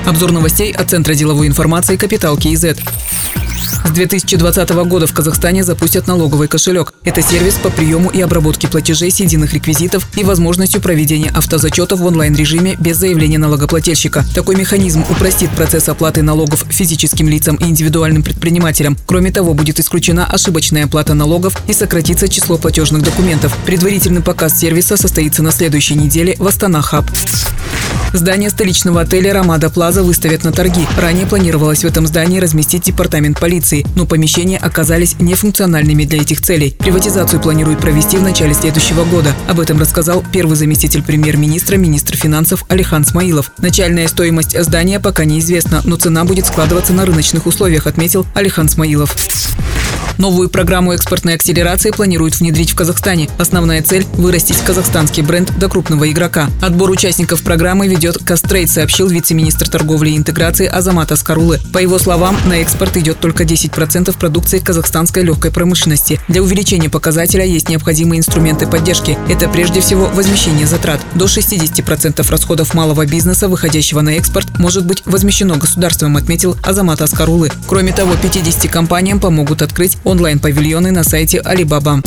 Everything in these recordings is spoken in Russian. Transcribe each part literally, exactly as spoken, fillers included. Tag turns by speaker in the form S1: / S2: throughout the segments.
S1: Обзор новостей от Центра деловой информации «Капитал КИЗ». С две тысячи двадцатого года в Казахстане запустят налоговый кошелек. Это сервис по приему и обработке платежей с единых реквизитов и возможностью проведения автозачетов в онлайн-режиме без заявления налогоплательщика. Такой механизм упростит процесс оплаты налогов физическим лицам и индивидуальным предпринимателям. Кроме того, будет исключена ошибочная оплата налогов и сократится число платежных документов. Предварительный показ сервиса состоится на следующей неделе в Астана Хаб. Здание столичного отеля «Рамада Плаза» выставят на торги. Ранее планировалось в этом здании разместить департамент полиции, но помещения оказались нефункциональными для этих целей. Приватизацию планируют провести в начале следующего года. Об этом рассказал первый заместитель премьер-министра, министр финансов Алихан Смаилов. Начальная стоимость здания пока неизвестна, но цена будет складываться на рыночных условиях, отметил Алихан Смаилов. Новую программу экспортной акселерации планируют внедрить в Казахстане. Основная цель – вырастить казахстанский бренд до крупного игрока. Отбор участников программы ведет Кастрейд, сообщил вице-министр торговли и интеграции Азамат Аскарулы. По его словам, на экспорт идет только десять процентов продукции казахстанской легкой промышленности. Для увеличения показателя есть необходимые инструменты поддержки. Это прежде всего возмещение затрат. До шестидесяти процентов расходов малого бизнеса, выходящего на экспорт, может быть возмещено государством, отметил Азамат Аскарулы. Кроме того, пятидесяти компаниям помогут открыть онлайн-павильоны на сайте Alibaba.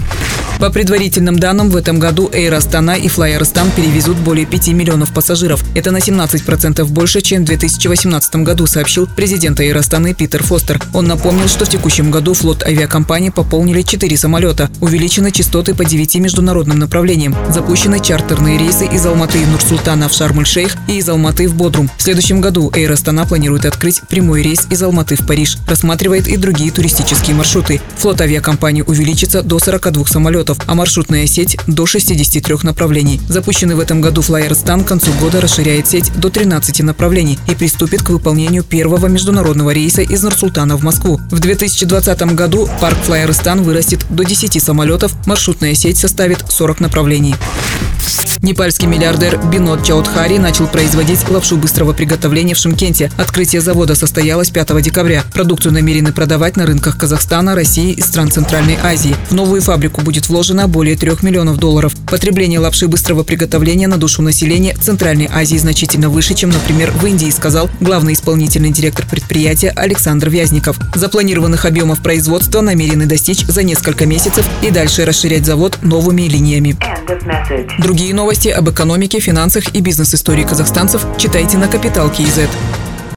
S1: По предварительным данным, в этом году Air Astana и Fly Arstan перевезут более пяти миллионов пассажиров. Это на семнадцать процентов больше, чем в две тысячи восемнадцатом году, сообщил президент Air Astana Питер Фостер. Он напомнил, что в текущем году флот авиакомпаний пополнили четыре самолета, увеличены частоты по девяти международным направлениям, запущены чартерные рейсы из Алматы в Нур-Султана в Шарм-эль-Шейх и из Алматы в Бодрум. В следующем году Air Astana планирует открыть прямой рейс из Алматы в Париж, рассматривает и другие туристические маршруты. Флот авиакомпаний увеличится до сорока двух самолетов, а маршрутная сеть до шестидесяти трёх направлений. Запущенный в этом году Fly Arstan к концу года расширяет сеть до тринадцати направлений и приступит к выполнению первого международного рейса из Нур-Султана в Москву. В две тысячи двадцатом году парк Fly Arstan вырастет до десяти самолетов, маршрутная сеть составит сорок направлений. Непальский миллиардер Бинод Чаудхари начал производить лапшу быстрого приготовления в Шымкенте. Открытие завода состоялось пятого декабря. Продукцию намерены продавать на рынках Казахстана, России и стран Центральной Азии. В новую фабрику будет вложено более трех миллионов долларов. Потребление лапши быстрого приготовления на душу населения в Центральной Азии значительно выше, чем, например, в Индии, сказал главный исполнительный директор предприятия Александр Вязников. Запланированных объемов производства намерены достичь за несколько месяцев и дальше расширять завод новыми линиями. Другие новости об экономике, финансах и бизнес-истории казахстанцев читайте на Капитал КИЗ.